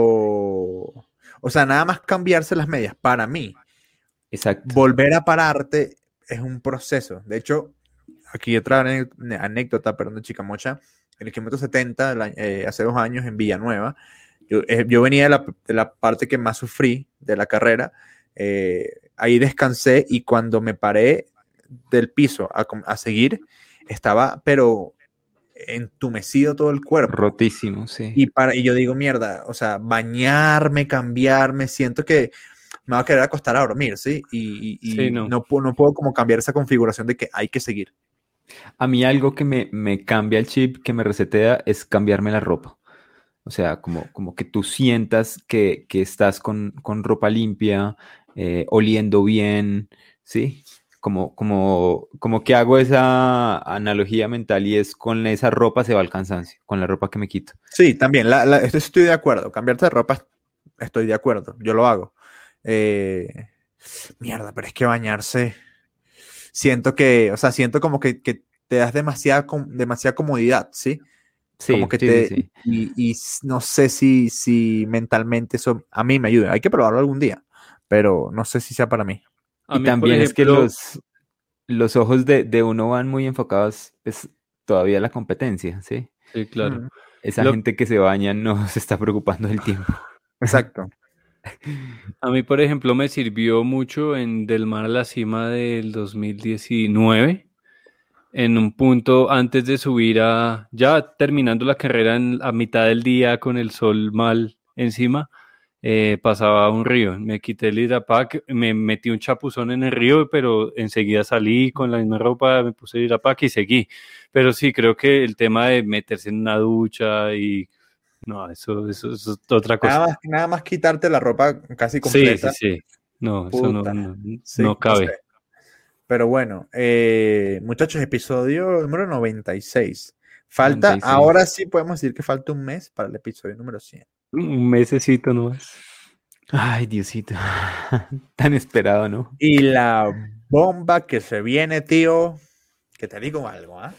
o sea, nada más cambiarse las medias. Para mí, Exacto. volver a pararte es un proceso. De hecho, aquí otra anécdota, perdón, de Chicamocha, en el kilómetro 70, hace 2 años en Villanueva, yo venía de la parte que más sufrí de la carrera, ahí descansé y cuando me paré del piso a seguir, estaba, pero entumecido todo el cuerpo. Rotísimo, sí. Y yo digo, mierda, o sea, bañarme, cambiarme, siento que me va a querer acostar a dormir, ¿sí? Y Sí, no puedo como cambiar esa configuración de que hay que seguir. A mí algo que me cambia el chip, que me resetea, es cambiarme la ropa. O sea, como que tú sientas que estás con ropa limpia, oliendo bien, ¿sí? Como que hago esa analogía mental y es con esa ropa se va el cansancio, con la ropa que me quito. Sí, también, estoy de acuerdo. Cambiarte de ropa, estoy de acuerdo. Yo lo hago. Mierda, pero es que bañarse, siento como que te das demasiada comodidad, ¿sí? Sí, Como que sí. y no sé si mentalmente eso a mí me ayuda. Hay que probarlo algún día, pero no sé si sea para mí. A Y mí, por también es que ejemplo, los ojos de uno van muy enfocados, pues, todavía a la competencia, ¿sí? sí, claro. Esa gente que se baña no se está preocupando del tiempo. Exacto. A mí, por ejemplo, me sirvió mucho en Del Mar a la Cima del 2019, en un punto antes de subir ya terminando la carrera a mitad del día con el sol mal encima, pasaba un río. Me quité el Irapac, me metí un chapuzón en el río, pero enseguida salí con la misma ropa, me puse el Irapac y seguí. Pero sí, creo que el tema de meterse en una ducha y... No, eso es otra cosa. Nada más quitarte la ropa casi Sí. completa. No, eso Puta. Sí, no cabe. sé. Pero bueno, muchachos, episodio número 96. Falta, 96. ahora sí podemos decir que falta un mes para el episodio número 100. Un mesecito nomás. Ay, Diosito. Tan esperado, ¿no? Y la bomba que se viene, tío, que te digo algo, ¿ah?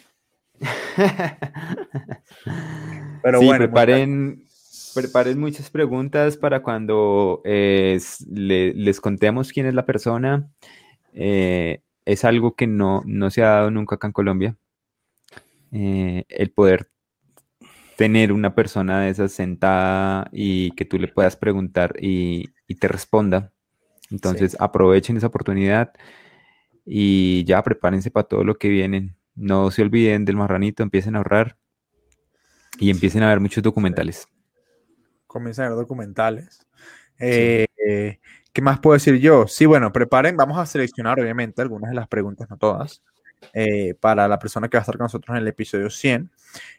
Pero Sí, bueno, preparen muchas preguntas para cuando les contemos quién es la persona. Es algo que no se ha dado nunca acá en Colombia. El poder tener una persona de esas sentada y que tú le puedas preguntar y te responda. Entonces aprovechen esa oportunidad y ya prepárense para todo lo que vienen. No se olviden del marranito, empiecen a ahorrar y empiecen a ver muchos documentales. Comienzan a ver documentales. ¿Qué más puedo decir yo? Sí, bueno, preparen, vamos a seleccionar obviamente algunas de las preguntas, no todas, para la persona que va a estar con nosotros en el episodio 100.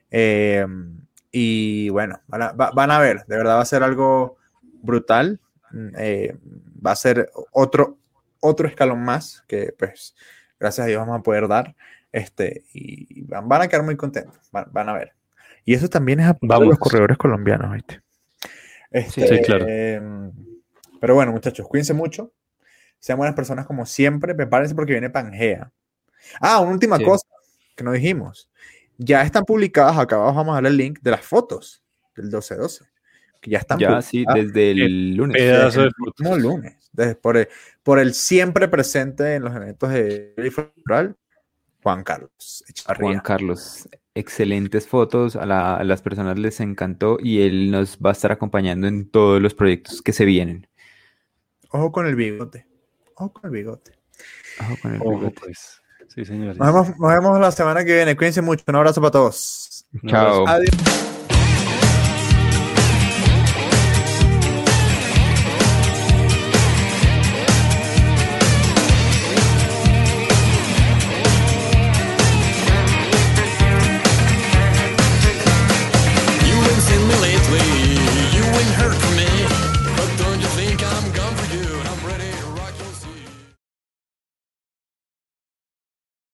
Y bueno, van a ver, de verdad va a ser algo brutal. Va a ser otro escalón más que pues gracias a Dios vamos a poder dar. Y van a quedar muy contentos, van a ver. Y eso también es apuntar a los corredores colombianos, ¿viste? Sí, claro. Pero bueno, muchachos, cuídense mucho. Sean buenas personas como siempre. Prepárense porque viene Pangea. Una última cosa que no dijimos. Ya están publicadas, acá abajo vamos a dar el link de las fotos del 12-12. Que ya están publicadas. Sí, desde el lunes. Pedazo de fotos. Mismo lunes. Por el siempre presente en los eventos de Rural, Juan Carlos Echavarría. Juan Carlos, excelentes fotos, a las personas les encantó y él nos va a estar acompañando en todos los proyectos que se vienen. Ojo con el bigote. Ojo con el bigote. Pues. Sí, señores. Nos vemos la semana que viene. Cuídense mucho. Un abrazo para todos. Chao. Adiós.